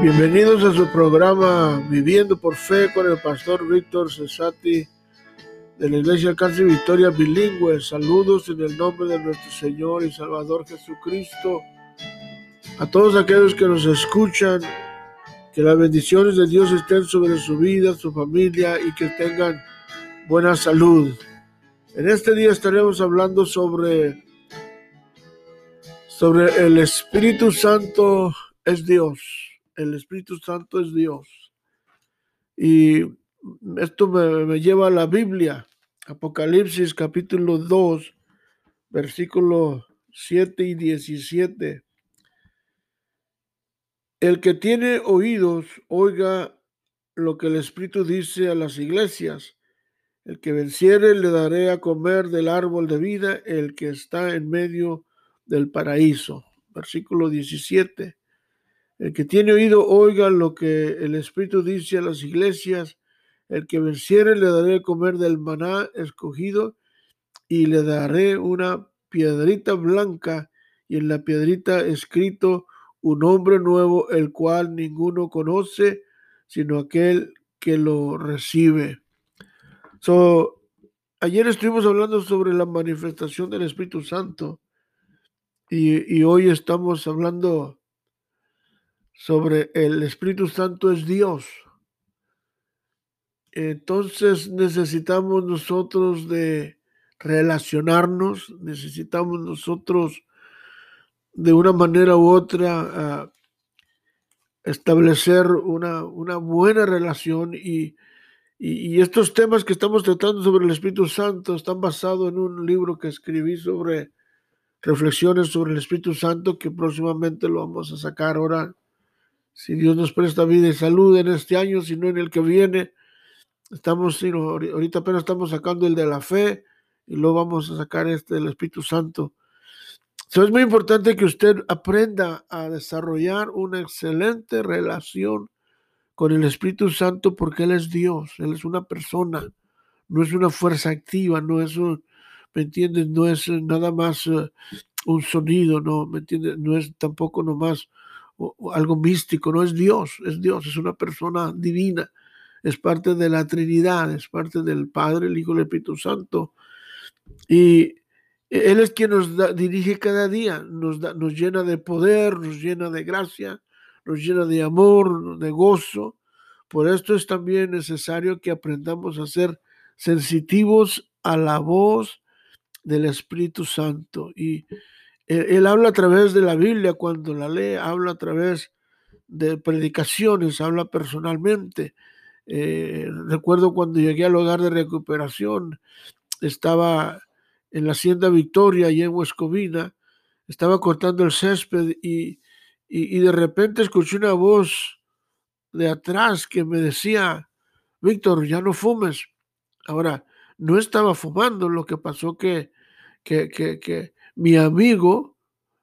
Bienvenidos a su programa Viviendo por Fe con el pastor Víctor Cesati de la Iglesia Alcance Victoria Bilingüe. Saludos en el nombre de nuestro Señor y Salvador Jesucristo. A todos aquellos que nos escuchan, que las bendiciones de Dios estén sobre su vida, su familia y que tengan buena salud. En este día estaremos hablando sobre el Espíritu Santo es Dios. El Espíritu Santo es Dios. Y esto me lleva a la Biblia, Apocalipsis capítulo 2, versículos 7 y 17. El que tiene oídos, oiga lo que el Espíritu dice a las iglesias. El que venciere le daré a comer del árbol de vida, el que está en medio del paraíso. Versículo 17. El que tiene oído, oiga lo que el Espíritu dice a las iglesias. El que venciere le daré a comer del maná escogido y le daré una piedrita blanca y en la piedrita escrito un nombre nuevo, el cual ninguno conoce sino aquel que lo recibe. Ayer estuvimos hablando sobre la manifestación del Espíritu Santo y hoy estamos hablando sobre el Espíritu Santo es Dios. Entonces necesitamos nosotros de relacionarnos, necesitamos nosotros de una manera u otra establecer una buena relación y estos temas que estamos tratando sobre el Espíritu Santo están basados en un libro que escribí sobre reflexiones sobre el Espíritu Santo que próximamente lo vamos a sacar ahora, si Dios nos presta vida y salud en este año, si no en el que viene. Ahorita apenas estamos sacando el de la fe y luego vamos a sacar del Espíritu Santo. Es muy importante que usted aprenda a desarrollar una excelente relación con el Espíritu Santo porque Él es Dios, Él es una persona, no es una fuerza activa, no es ¿me entiendes? No es nada más un sonido, ¿no? ¿Me entiendes? No es tampoco nomás algo místico, no es Dios, es una persona divina. Es parte de la Trinidad, es parte del Padre, el Hijo y el Espíritu Santo. Y Él es quien nos dirige cada día, nos llena de poder, nos llena de gracia, nos llena de amor, de gozo. Por esto es también necesario que aprendamos a ser sensitivos a la voz del Espíritu Santo. Y Él habla a través de la Biblia, cuando la lee, habla a través de predicaciones, habla personalmente. Recuerdo cuando llegué al hogar de recuperación, estaba en la Hacienda Victoria, allá en Huescovina, estaba cortando el césped y de repente escuché una voz de atrás que me decía: Víctor, ya no fumes. Ahora, no estaba fumando, lo que pasó que mi amigo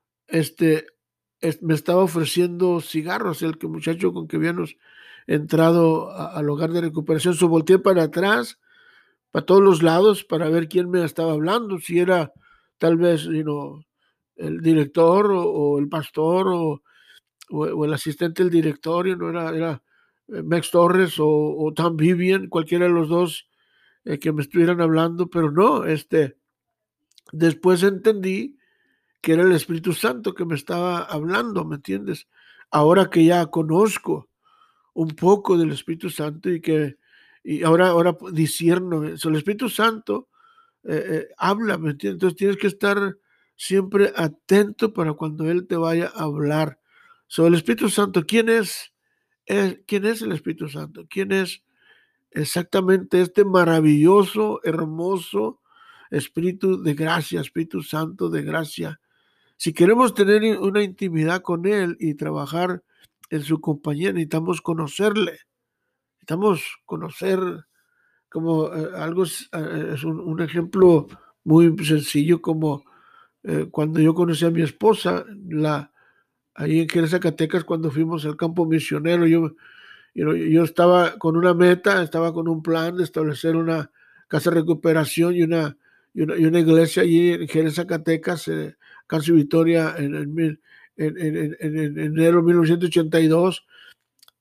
me estaba ofreciendo cigarros, el muchacho con que habíamos entrado al hogar de recuperación. Volteé para atrás, para todos los lados, para ver quién me estaba hablando, si era tal vez el director o el pastor o el asistente del directorio, no era Max Torres o Tom Vivian, cualquiera de los dos que me estuvieran hablando, pero no, después entendí que era el Espíritu Santo que me estaba hablando, ¿me entiendes? Ahora que ya conozco un poco del Espíritu Santo y ahora discierno, el Espíritu Santo habla, ¿me entiendes? Entonces tienes que estar siempre atento para cuando Él te vaya a hablar. El Espíritu Santo, ¿quién es? ¿Quién es el Espíritu Santo? ¿Quién es exactamente este maravilloso, hermoso Espíritu de gracia, Espíritu Santo de gracia? Si queremos tener una intimidad con Él y trabajar en su compañía, necesitamos conocerle. Necesitamos conocer como algo, es un ejemplo muy sencillo, como cuando yo conocí a mi esposa, ahí en Jerez, Zacatecas, cuando fuimos al campo misionero, yo estaba con una meta, estaba con un plan de establecer una casa de recuperación y una iglesia allí en Jerez, Zacatecas, Casi Victoria, en enero de 1982.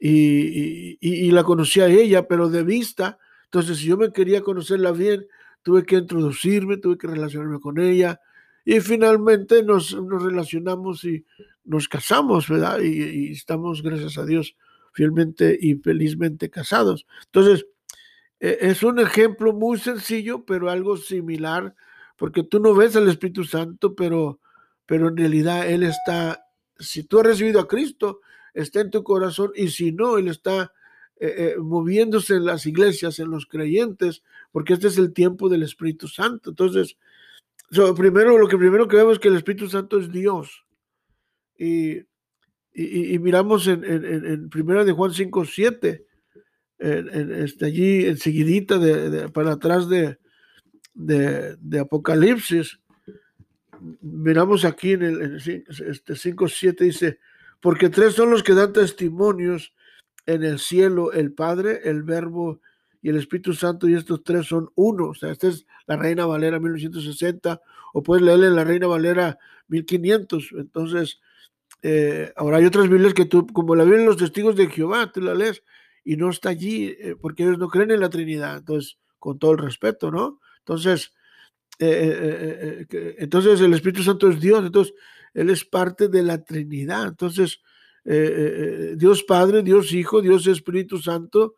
y la conocí a ella, pero de vista. Entonces, si yo me quería conocerla bien, tuve que introducirme, tuve que relacionarme con ella, y finalmente nos relacionamos y nos casamos, ¿verdad? Y estamos, gracias a Dios, fielmente y felizmente casados. Entonces, es un ejemplo muy sencillo, pero algo similar, porque tú no ves al Espíritu Santo, pero en realidad Él está, si tú has recibido a Cristo, está en tu corazón, y si no, Él está moviéndose en las iglesias, en los creyentes, porque este es el tiempo del Espíritu Santo. Entonces, lo que primero que vemos es que el Espíritu Santo es Dios. Y, y miramos en Primera de Juan 5:7, allí enseguidita para atrás de Apocalipsis, miramos aquí en 5:7, dice, porque tres son los que dan testimonios en el cielo, el Padre, el Verbo y el Espíritu Santo, y estos tres son uno. O sea, esta es la Reina Valera 1960, o puedes leerle la Reina Valera 1500. Entonces, ahora hay otras Biblias que tú, como la Biblia de los Testigos de Jehová, tú la lees y no está allí, porque ellos no creen en la Trinidad. Entonces, con todo el respeto, ¿no? Entonces, entonces el Espíritu Santo es Dios, entonces Él es parte de la Trinidad. Entonces, Dios Padre, Dios Hijo, Dios Espíritu Santo,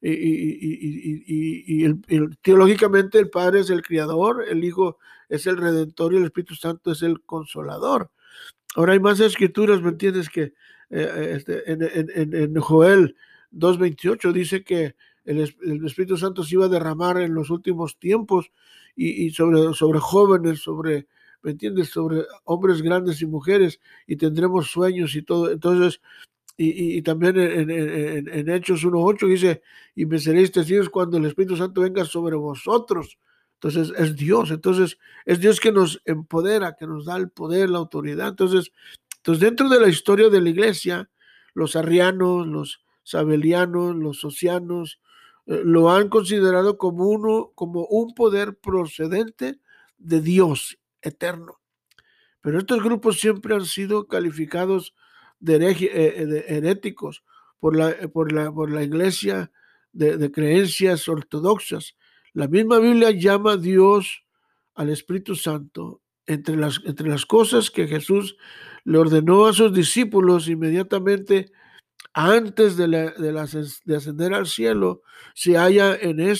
teológicamente el Padre es el Creador, el Hijo es el Redentor y el Espíritu Santo es el Consolador. Ahora hay más escrituras, ¿me entiendes? Que en Joel 2:28 dice que el Espíritu Santo se iba a derramar en los últimos tiempos, y sobre jóvenes, ¿me entiendes? Sobre hombres grandes y mujeres, y tendremos sueños y todo. Entonces, y también en Hechos 1:8 dice, y me seréis testigos cuando el Espíritu Santo venga sobre vosotros. Entonces es Dios que nos empodera, que nos da el poder, la autoridad. Entonces dentro de la historia de la iglesia, los arrianos, los sabelianos, los socianos, lo han considerado como un poder procedente de Dios eterno. Pero estos grupos siempre han sido calificados de heréticos por la iglesia de creencias ortodoxas. La misma Biblia llama a Dios al Espíritu Santo entre las cosas que Jesús le ordenó a sus discípulos inmediatamente antes de ascender al cielo. Se halla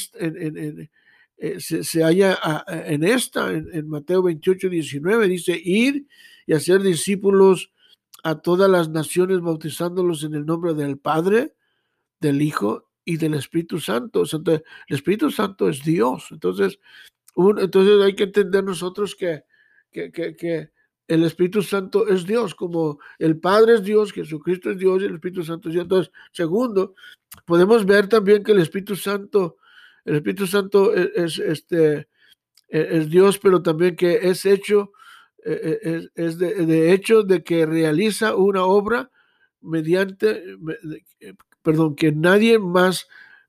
se halla en Mateo 28:19, dice, ir y hacer discípulos a todas las naciones, bautizándolos en el nombre del Padre, del Hijo y del Espíritu Santo. O sea, entonces, el Espíritu Santo es Dios. Entonces hay que entender nosotros que el Espíritu Santo es Dios, como el Padre es Dios, Jesucristo es Dios y el Espíritu Santo es Dios. Entonces, segundo, podemos ver también que el Espíritu Santo es Dios, pero también que es hecho, es de hecho de que realiza una obra mediante, perdón, que nadie más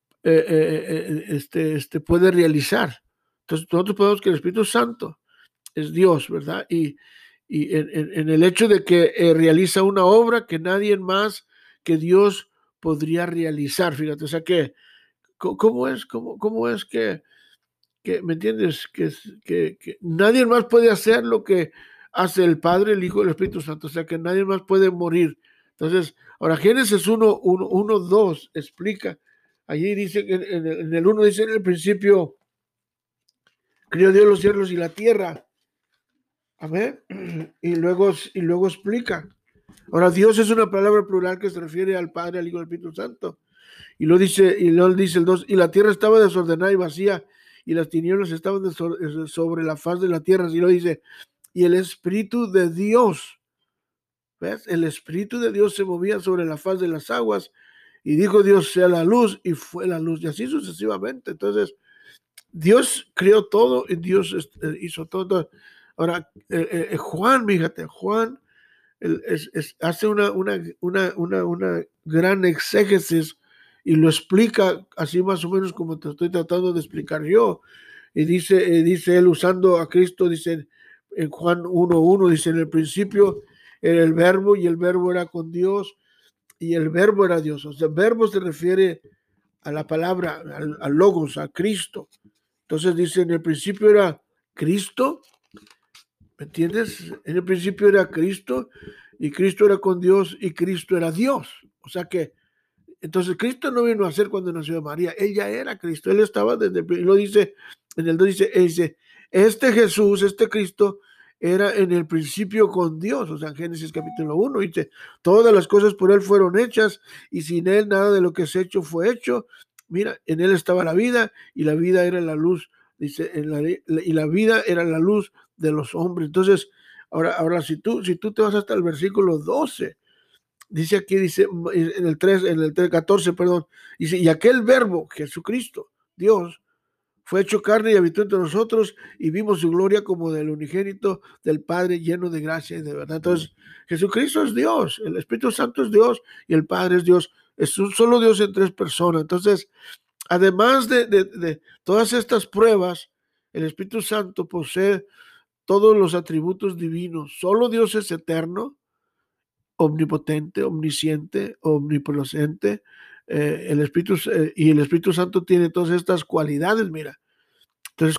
puede realizar. Entonces, nosotros podemos que el Espíritu Santo es Dios, ¿verdad? Y en el hecho de que realiza una obra que nadie más que Dios podría realizar, fíjate, o sea que, cómo es que ¿me entiendes? Que nadie más puede hacer lo que hace el Padre, el Hijo y el Espíritu Santo, o sea que nadie más puede morir. Entonces, ahora Génesis 1:2 explica, allí dice, en el 1 dice, en el principio crió Dios los cielos y la tierra. Amén. Y luego explica. Ahora, Dios es una palabra plural que se refiere al Padre, al Hijo y al Espíritu Santo. Y luego dice el 2, y la tierra estaba desordenada y vacía, y las tinieblas estaban sobre la faz de la tierra. Y luego dice, y el Espíritu de Dios, ¿ves? El Espíritu de Dios se movía sobre la faz de las aguas, y dijo Dios, sea la luz, y fue la luz, y así sucesivamente. Entonces, Dios creó todo y Dios hizo todo. Ahora, Juan, fíjate, Juan hace una gran exégesis y lo explica así más o menos como te estoy tratando de explicar yo. Y dice él usando a Cristo, dice en Juan 1:1, dice, en el principio era el verbo y el verbo era con Dios y el verbo era Dios. O sea, verbo se refiere a la palabra, al logos, a Cristo. Entonces dice, en el principio era Cristo, ¿me entiendes? En el principio era Cristo y Cristo era con Dios y Cristo era Dios. O sea que, entonces Cristo no vino a ser cuando nació de María, él ya era Cristo, él estaba desde, lo dice, en el 2 dice, este Jesús, este Cristo, era en el principio con Dios, o sea, en Génesis capítulo 1, dice, todas las cosas por él fueron hechas y sin él nada de lo que se hecho fue hecho. Mira, en él estaba la vida y la vida era la luz, dice, y la vida era la luz de los hombres. Entonces, ahora si tú te vas hasta el versículo 12, dice aquí, dice en el 3, en el 14, perdón, dice, y aquel verbo, Jesucristo, Dios, fue hecho carne y habitó entre nosotros y vimos su gloria como del unigénito del Padre, lleno de gracia y de verdad. Entonces, Jesucristo es Dios, el Espíritu Santo es Dios y el Padre es Dios. Es un solo Dios en tres personas. Entonces, además de todas estas pruebas, el Espíritu Santo posee todos los atributos divinos. Solo Dios es eterno, omnipotente, omnisciente, omnipresente. Y el Espíritu Santo tiene todas estas cualidades, mira. Entonces,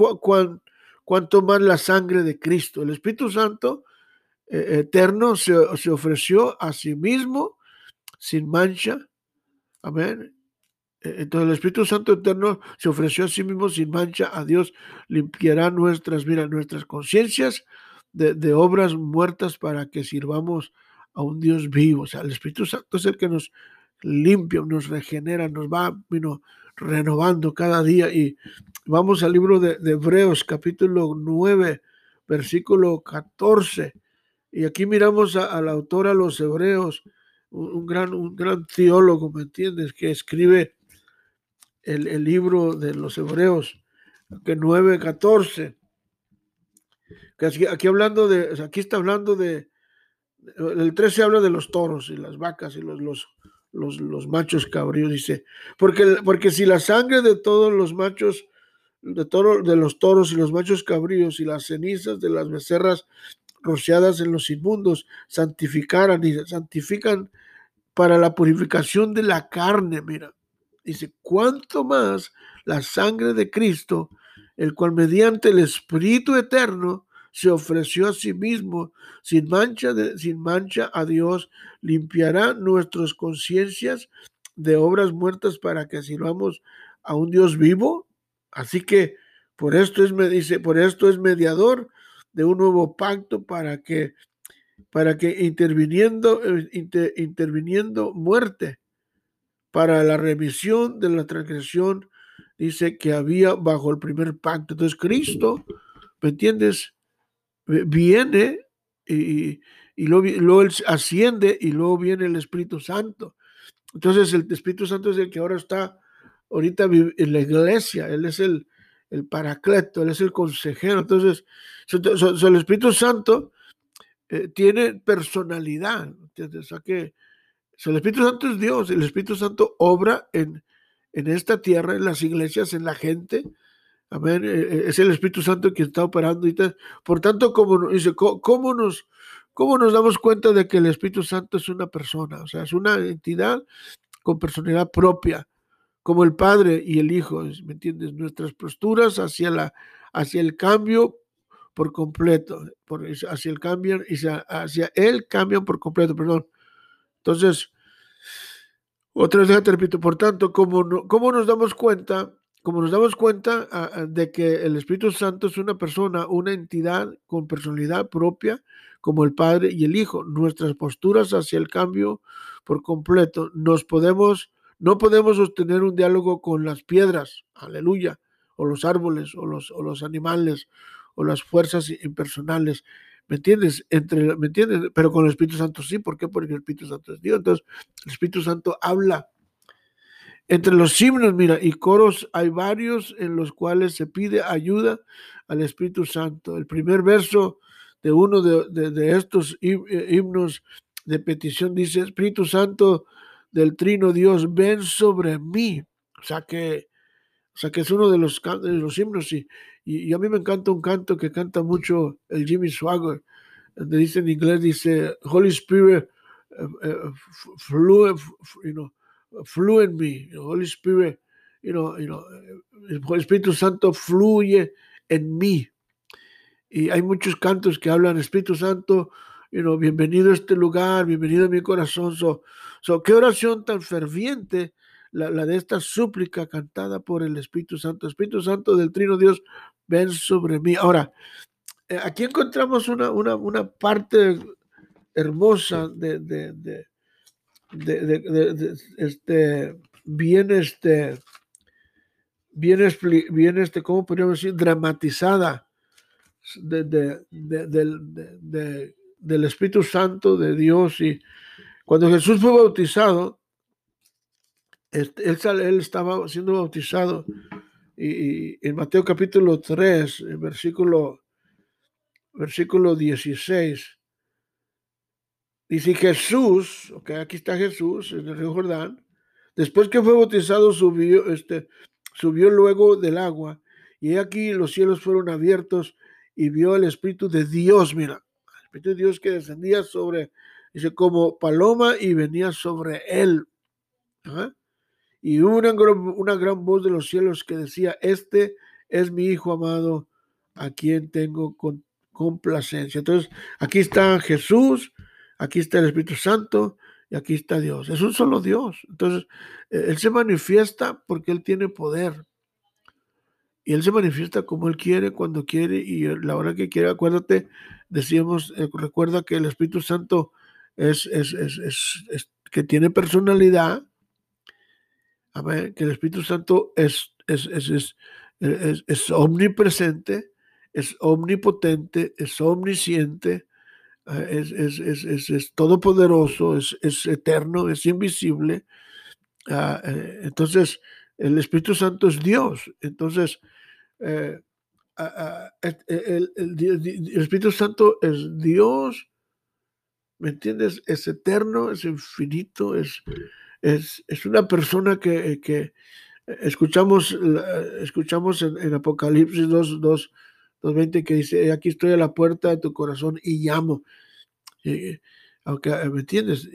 ¿cuánto más la sangre de Cristo? El Espíritu Santo eterno se ofreció a sí mismo sin mancha. Amén. Entonces el Espíritu Santo eterno se ofreció a sí mismo sin mancha a Dios, limpiará nuestras conciencias de obras muertas para que sirvamos a un Dios vivo. O sea, el Espíritu Santo es el que nos limpia, nos regenera, nos va renovando cada día. Y vamos al libro de Hebreos, capítulo 9, versículo 14. Y aquí miramos al autor a los Hebreos, un gran teólogo, ¿me entiendes? Que escribe el libro de los Hebreos, que 9:14, que aquí está hablando el 13 habla de los toros y las vacas y los machos cabríos, dice, porque si la sangre de todos los machos, de los toros y los machos cabríos y las cenizas de las becerras rociadas en los inmundos santificaran y santifican para la purificación de la carne, mira. Dice, ¿cuánto más la sangre de Cristo, el cual mediante el Espíritu Eterno se ofreció a sí mismo sin mancha a Dios, limpiará nuestras conciencias de obras muertas para que sirvamos a un Dios vivo? Así que por esto es mediador de un nuevo pacto para que interviniendo muerte para la remisión de la transgresión, dice que había bajo el primer pacto. Entonces Cristo, ¿me entiendes? Viene y luego él asciende y luego viene el Espíritu Santo. Entonces el Espíritu Santo es el que ahora está ahorita en la iglesia. Él es el paracleto, él es el consejero. Entonces el Espíritu Santo tiene personalidad, ¿entiendes? O sea que el Espíritu Santo es Dios, el Espíritu Santo obra en esta tierra, en las iglesias, en la gente. Amén. Es el Espíritu Santo que está operando. Por tanto, dice, ¿cómo nos damos cuenta de que el Espíritu Santo es una persona? O sea, es una entidad con personalidad propia, como el Padre y el Hijo, ¿me entiendes? Nuestras posturas hacia el cambio por completo, hacia él cambian por completo, perdón. Entonces, otra vez te repito, por tanto, ¿cómo nos damos cuenta? Como nos damos cuenta de que el Espíritu Santo es una persona, una entidad con personalidad propia, como el Padre y el Hijo. Nuestras posturas hacia el cambio por completo. No podemos sostener un diálogo con las piedras, aleluya, o los árboles, o los animales, o las fuerzas impersonales. ¿Me entiendes? ¿Me entiendes? Pero con el Espíritu Santo sí. ¿Por qué? Porque el Espíritu Santo es Dios. Entonces, el Espíritu Santo habla. Entre los himnos, mira, y coros hay varios en los cuales se pide ayuda al Espíritu Santo. El primer verso de uno de estos himnos de petición dice, Espíritu Santo del Trino Dios, ven sobre mí. O sea que es uno de los himnos. Y a mí me encanta un canto que canta mucho el Jimmy Swaggart, donde dice en inglés, dice, Holy Spirit, flew in me. The Holy Spirit, el Espíritu Santo fluye en mí. Y hay muchos cantos que hablan, Espíritu Santo, bienvenido a este lugar, bienvenido a mi corazón. Qué oración tan ferviente la de esta súplica cantada por el Espíritu Santo del Trino Dios, ven sobre mí. Ahora, aquí encontramos una parte hermosa ¿cómo podríamos decir? Dramatizada del Espíritu Santo de Dios. Y cuando Jesús fue bautizado, él estaba siendo bautizado, y en Mateo capítulo 3, versículo 16, dice Jesús, aquí está Jesús en el río Jordán, después que fue bautizado subió luego del agua, y aquí los cielos fueron abiertos y vio el Espíritu de Dios, mira, el Espíritu de Dios que descendía dice, como paloma y venía sobre él. ¿Ah? Y hubo una gran voz de los cielos que decía, este es mi Hijo amado, a quien tengo complacencia. Entonces, aquí está Jesús, aquí está el Espíritu Santo y aquí está Dios. Es un solo Dios. Entonces, Él se manifiesta porque Él tiene poder. Y Él se manifiesta como Él quiere, cuando quiere y la hora que quiere. Acuérdate, decíamos, recuerda que el Espíritu Santo es que tiene personalidad. Amén. Que el Espíritu Santo es omnipresente, es omnipotente, es omnisciente, es todopoderoso, es eterno, es invisible. Entonces, el Espíritu Santo es Dios. Entonces, el Espíritu Santo es Dios, ¿me entiendes? Es eterno, es infinito, es una persona que escuchamos en Apocalipsis 2:20 que dice, aquí estoy a la puerta de tu corazón y llamo. Aunque, ¿me entiendes?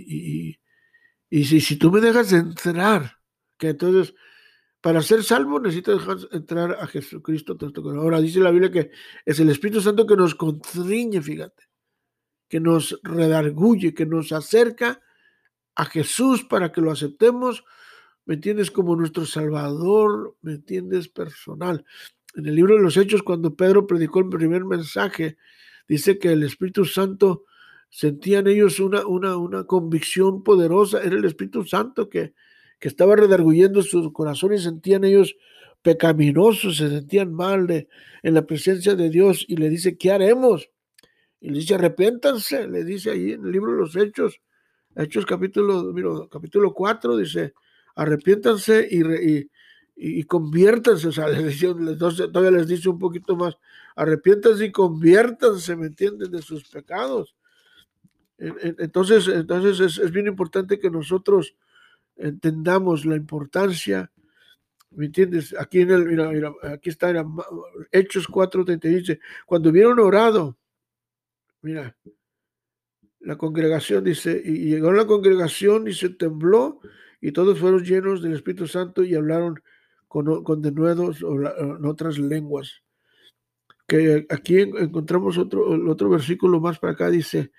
Y si tú me dejas entrar, que entonces para ser salvo necesitas dejar entrar a Jesucristo. Ahora dice la Biblia que es el Espíritu Santo que nos constriñe, fíjate, que nos redarguye, que nos acerca a Jesús para que lo aceptemos, ¿me entiendes? Como nuestro Salvador, ¿me entiendes? Personal. En el libro de los Hechos, cuando Pedro predicó el primer mensaje, dice que el Espíritu Santo, sentían ellos una convicción poderosa, era el Espíritu Santo que estaba redarguyendo su corazón, y sentían ellos pecaminosos, se sentían mal en la presencia de Dios, y le dice, ¿qué haremos? Y le dice, arrepiéntanse, le dice ahí en el libro de los Hechos capítulo 4, dice, arrepiéntanse y conviértanse. O sea, todavía les dice un poquito más, arrepiéntanse y conviértanse, ¿me entienden? De sus pecados. Entonces es bien importante que nosotros entendamos la importancia, ¿me entiendes? Aquí aquí está, Hechos 4:30, dice, cuando hubieron orado, mira, la congregación, dice, y llegó la congregación y se tembló, y todos fueron llenos del Espíritu Santo y hablaron con denuedos en otras lenguas. Que aquí encontramos otro versículo más para acá, dice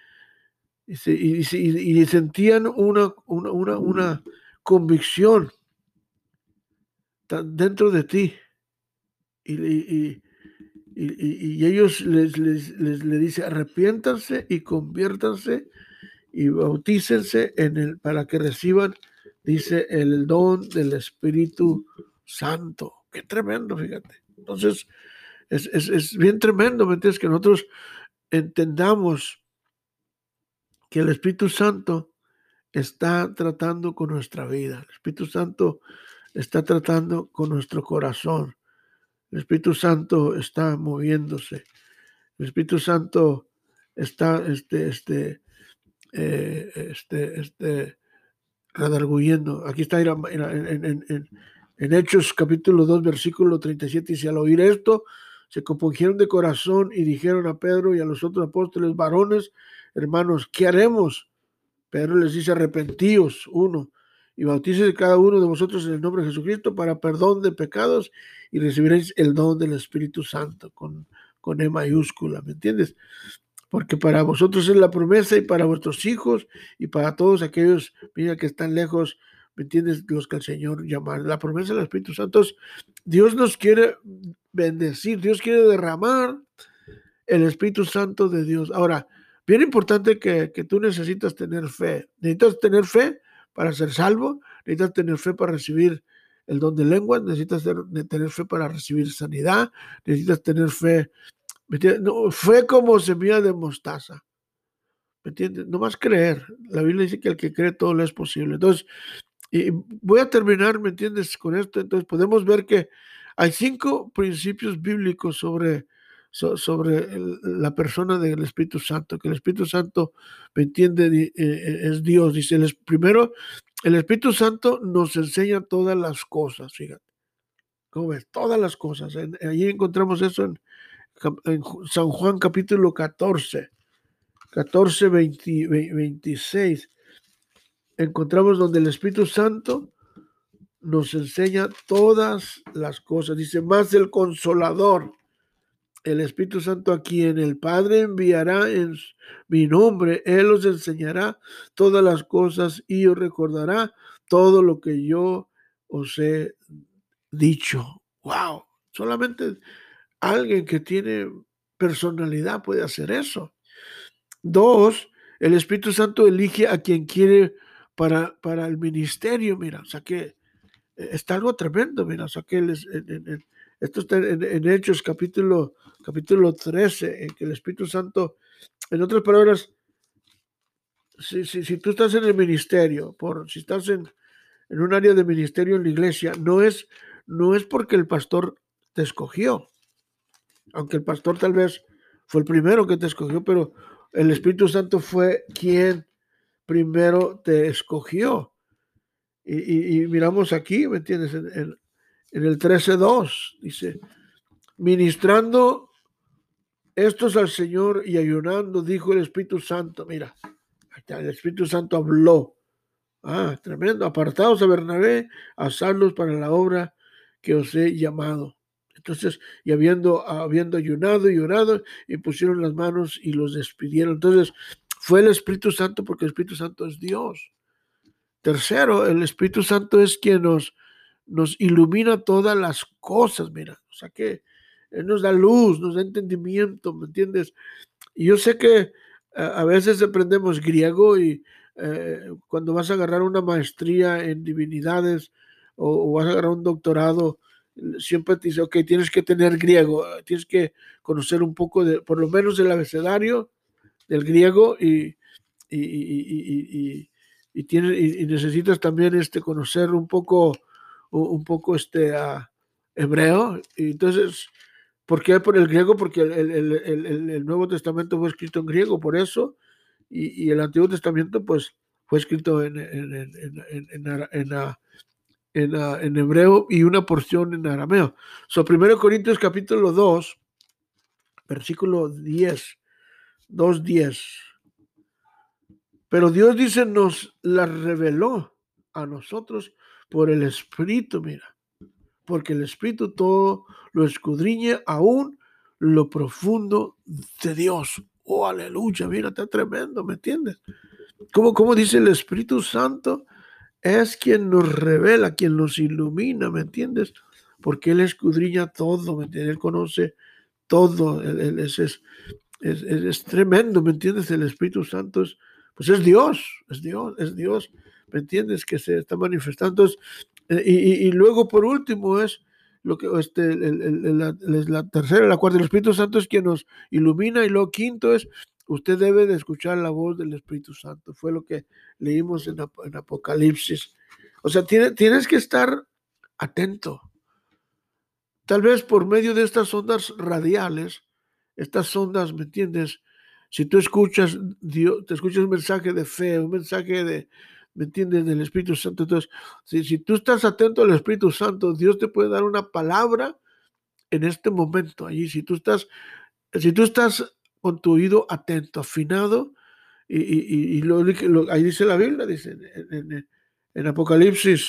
y sentían una convicción dentro de ti, y ellos le dice, arrepiéntanse y conviértanse y bautícense para que reciban, dice, el don del Espíritu Santo. Qué tremendo, fíjate. Entonces, es bien tremendo, ¿me entiendes? Que nosotros entendamos que el Espíritu Santo está tratando con nuestra vida. El Espíritu Santo está tratando con nuestro corazón. El Espíritu Santo está moviéndose. El Espíritu Santo está redarguyendo. Aquí está en Hechos capítulo 2, versículo 37, dice, al oír esto, se compungieron de corazón y dijeron a Pedro y a los otros apóstoles, varones, hermanos, ¿qué haremos? Pedro les dice, arrepentíos, uno, y bautícese cada uno de vosotros en el nombre de Jesucristo para perdón de pecados y recibiréis el don del Espíritu Santo con E mayúscula, ¿me entiendes? Porque para vosotros es la promesa y para vuestros hijos y para todos aquellos, mira, que están lejos, ¿me entiendes? Los que el Señor llama. La promesa del Espíritu Santo. Entonces, Dios nos quiere bendecir, Dios quiere derramar el Espíritu Santo de Dios. Ahora, bien importante que tú necesitas tener fe. Necesitas tener fe para ser salvo, necesitas tener fe para recibir el don de lenguas, necesitas tener fe para recibir sanidad, necesitas tener fe. ¿Me entiendes? No, fe como semilla de mostaza. ¿Me entiendes? No más creer. La Biblia dice que el que cree todo le es posible. Entonces, y voy a terminar, ¿me entiendes? Con esto. Entonces, podemos ver que hay 5 principios bíblicos sobre la persona del Espíritu Santo, que el Espíritu Santo, ¿me entiende? Es Dios. Dice, primero, el Espíritu Santo nos enseña todas las cosas, fíjate. ¿Cómo ves? Todas las cosas. Allí encontramos eso en San Juan capítulo 14, 26, encontramos donde el Espíritu Santo nos enseña todas las cosas. Dice, más el Consolador, el Espíritu Santo, a quien el Padre enviará en mi nombre, Él os enseñará todas las cosas y os recordará todo lo que yo os he dicho. ¡Wow! Solamente alguien que tiene personalidad puede hacer eso. 2, el Espíritu Santo elige a quien quiere para el ministerio, mira, o sea que está algo tremendo, mira, o sea que esto está en Hechos capítulo 13, en que el Espíritu Santo, en otras palabras, si tú estás en el ministerio, si estás en un área de ministerio en la iglesia, no es porque el pastor te escogió, aunque el pastor tal vez fue el primero que te escogió, pero el Espíritu Santo fue quien primero te escogió. Y miramos aquí, ¿me entiendes? En el 13:2 dice, ministrando estos al Señor y ayunando, dijo el Espíritu Santo, mira, el Espíritu Santo habló. Ah, tremendo. Apartaos a Bernabé, a Saulo para la obra que os he llamado. Entonces, y habiendo ayunado y orado, y pusieron las manos y los despidieron. Entonces, fue el Espíritu Santo porque el Espíritu Santo es Dios. Tercero, el Espíritu Santo es quien nos ilumina todas las cosas, mira. O sea que Él nos da luz, nos da entendimiento, ¿me entiendes? Y yo sé que a veces aprendemos griego y cuando vas a agarrar una maestría en divinidades o vas a agarrar un doctorado, siempre te dice, ok, tienes que tener griego, tienes que conocer un poco de, por lo menos el abecedario del griego y necesitas también conocer un poco hebreo. Y entonces, ¿por qué por el griego? Porque el Nuevo Testamento fue escrito en griego, por eso, y el Antiguo Testamento, pues, fue escrito en hebreo y una porción en arameo. So, 1 Corintios capítulo 2, versículo 10, 2:10. Pero Dios dice, nos la reveló a nosotros por el Espíritu, mira, porque el Espíritu todo lo escudriña aún lo profundo de Dios. Oh, aleluya, mira, está tremendo, ¿me entiendes? Como dice el Espíritu Santo, es quien nos revela, quien nos ilumina, ¿me entiendes? Porque Él escudriña todo, ¿me entiendes? Él conoce todo, es tremendo, ¿me entiendes? El Espíritu Santo pues es Dios, ¿me entiendes? Que se está manifestando. Y luego, por último, es lo que la tercera, la cuarta, el Espíritu Santo es quien nos ilumina, y lo quinto es, usted debe de escuchar la voz del Espíritu Santo, fue lo que leímos en Apocalipsis. O sea, tienes que estar atento. Tal vez por medio de estas ondas radiales, estas ondas, ¿me entiendes? Si tú escuchas Dios, te escuchas un mensaje de fe, un mensaje ¿me entiendes? Del Espíritu Santo. Entonces, si tú estás atento al Espíritu Santo, Dios te puede dar una palabra en este momento. Allí, si tú estás con tu oído atento, afinado, Ahí dice la Biblia, dice en Apocalipsis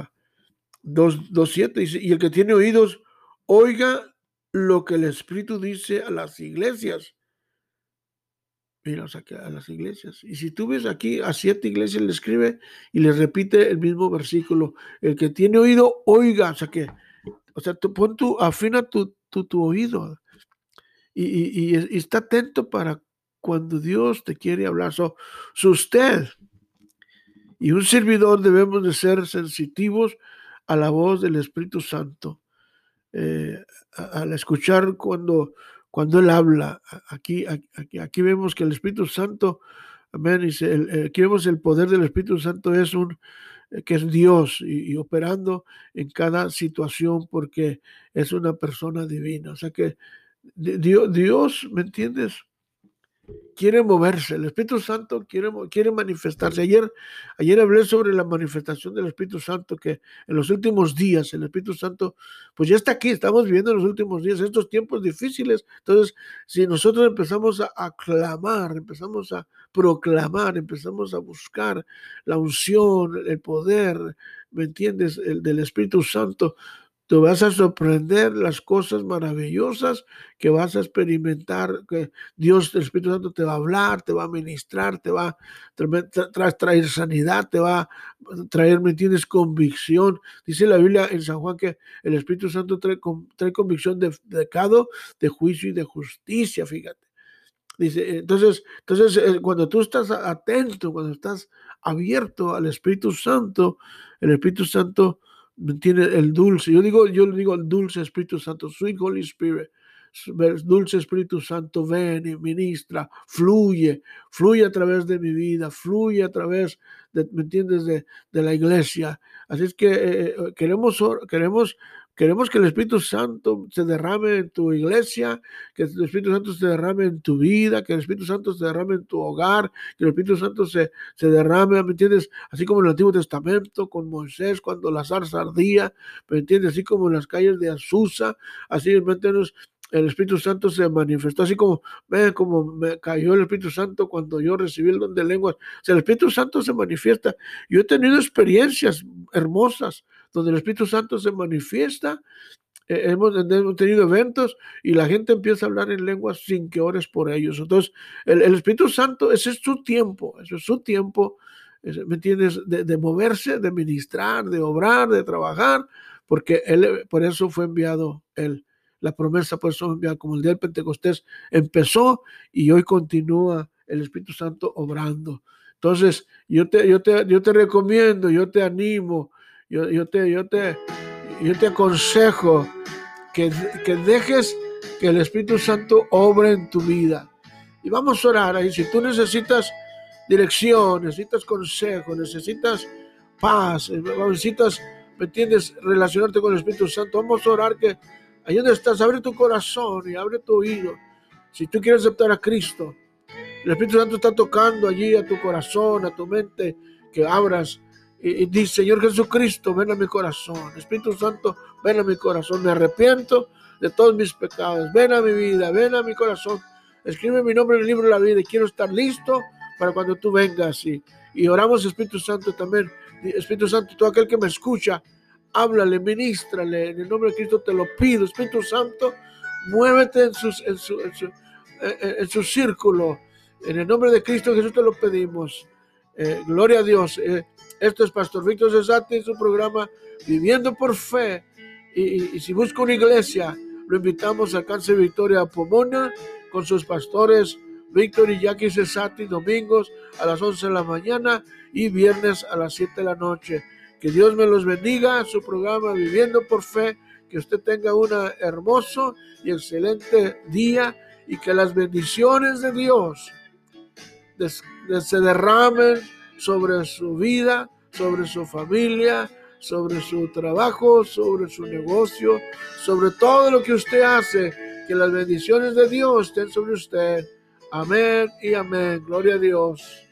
2:7, dice, y el que tiene oídos, oiga lo que el Espíritu dice a las iglesias. Mira, o sea, que a las iglesias. Y si tú ves aquí, a 7 iglesias le escribe y les repite el mismo versículo. El que tiene oído, oiga. O sea, afina tu oído y está atento para cuando Dios te quiere hablar. Usted y un servidor debemos de ser sensitivos a la voz del Espíritu Santo. Al escuchar cuando Él habla. Aquí vemos que el Espíritu Santo, amén, dice, aquí vemos el poder del Espíritu Santo que es Dios y operando en cada situación porque es una persona divina. O sea que Dios, ¿me entiendes? Quiere moverse, el Espíritu Santo quiere manifestarse. Ayer hablé sobre la manifestación del Espíritu Santo, que en los últimos días el Espíritu Santo, pues ya está aquí, estamos viviendo en los últimos días, estos tiempos difíciles. Entonces, si nosotros empezamos a clamar, empezamos a proclamar, empezamos a buscar la unción, el poder, ¿me entiendes? El del Espíritu Santo, tú vas a sorprender las cosas maravillosas que vas a experimentar, que Dios, el Espíritu Santo te va a hablar, te va a ministrar, te va a traer sanidad, te va a traer, ¿me entiendes?, convicción. Dice la Biblia en San Juan que el Espíritu Santo trae convicción de pecado, de juicio y de justicia, fíjate. Dice, entonces, cuando tú estás atento, cuando estás abierto al Espíritu Santo, el Espíritu Santo tiene el dulce. Yo le digo el dulce Espíritu Santo, sweet Holy Spirit. Dulce Espíritu Santo, ven y ministra, fluye a través de mi vida, fluye a través de, ¿me entiendes?, de la iglesia. Así es que queremos que el Espíritu Santo se derrame en tu iglesia, que el Espíritu Santo se derrame en tu vida, que el Espíritu Santo se derrame en tu hogar, que el Espíritu Santo se derrame, ¿me entiendes? Así como en el Antiguo Testamento con Moisés cuando la zarza ardía, ¿me entiendes? Así como en las calles de Azusa, así, ¿me entiendes? El Espíritu Santo se manifestó, así como me cayó el Espíritu Santo cuando yo recibí el don de lenguas. O sea, el Espíritu Santo se manifiesta. Yo he tenido experiencias hermosas donde el Espíritu Santo se manifiesta. Hemos tenido eventos y la gente empieza a hablar en lenguas sin que ores por ellos. Entonces, el Espíritu Santo, ese es su tiempo, ¿me entiendes? De moverse, de ministrar, de obrar, de trabajar, porque por eso fue enviado él. La promesa por eso fue enviada, como el día del Pentecostés empezó y hoy continúa el Espíritu Santo obrando. Entonces, yo te recomiendo, yo te animo, yo te aconsejo que dejes que el Espíritu Santo obre en tu vida. Y vamos a orar ahí. Si tú necesitas dirección, necesitas consejo, necesitas paz, necesitas, ¿me entiendes?, relacionarte con el Espíritu Santo, vamos a orar que ahí donde estás, abre tu corazón y abre tu oído. Si tú quieres aceptar a Cristo, el Espíritu Santo está tocando allí a tu corazón, a tu mente, que abras y dice, Señor Jesucristo, ven a mi corazón. Espíritu Santo, ven a mi corazón. Me arrepiento de todos mis pecados. Ven a mi vida, ven a mi corazón. Escribe mi nombre en el libro de la vida y quiero estar listo para cuando tú vengas. Y oramos, Espíritu Santo, también. Espíritu Santo, todo aquel que me escucha, háblale, ministrale. En el nombre de Cristo te lo pido. Espíritu Santo, muévete en su círculo. En el nombre de Cristo Jesús te lo pedimos. Gloria a Dios. Esto es Pastor Víctor Cesati en su programa Viviendo por Fe. Y si busca una iglesia, lo invitamos a Alcance Victoria Pomona con sus pastores Víctor y Jackie Cesati, domingos a las 11 de la mañana y viernes a las 7 de la noche. Que Dios me los bendiga. Su programa Viviendo por Fe. Que usted tenga un hermoso y excelente día y que las bendiciones de Dios se derramen sobre su vida, sobre su familia, sobre su trabajo, sobre su negocio, sobre todo lo que usted hace, que las bendiciones de Dios estén sobre usted. Amén y amén. Gloria a Dios.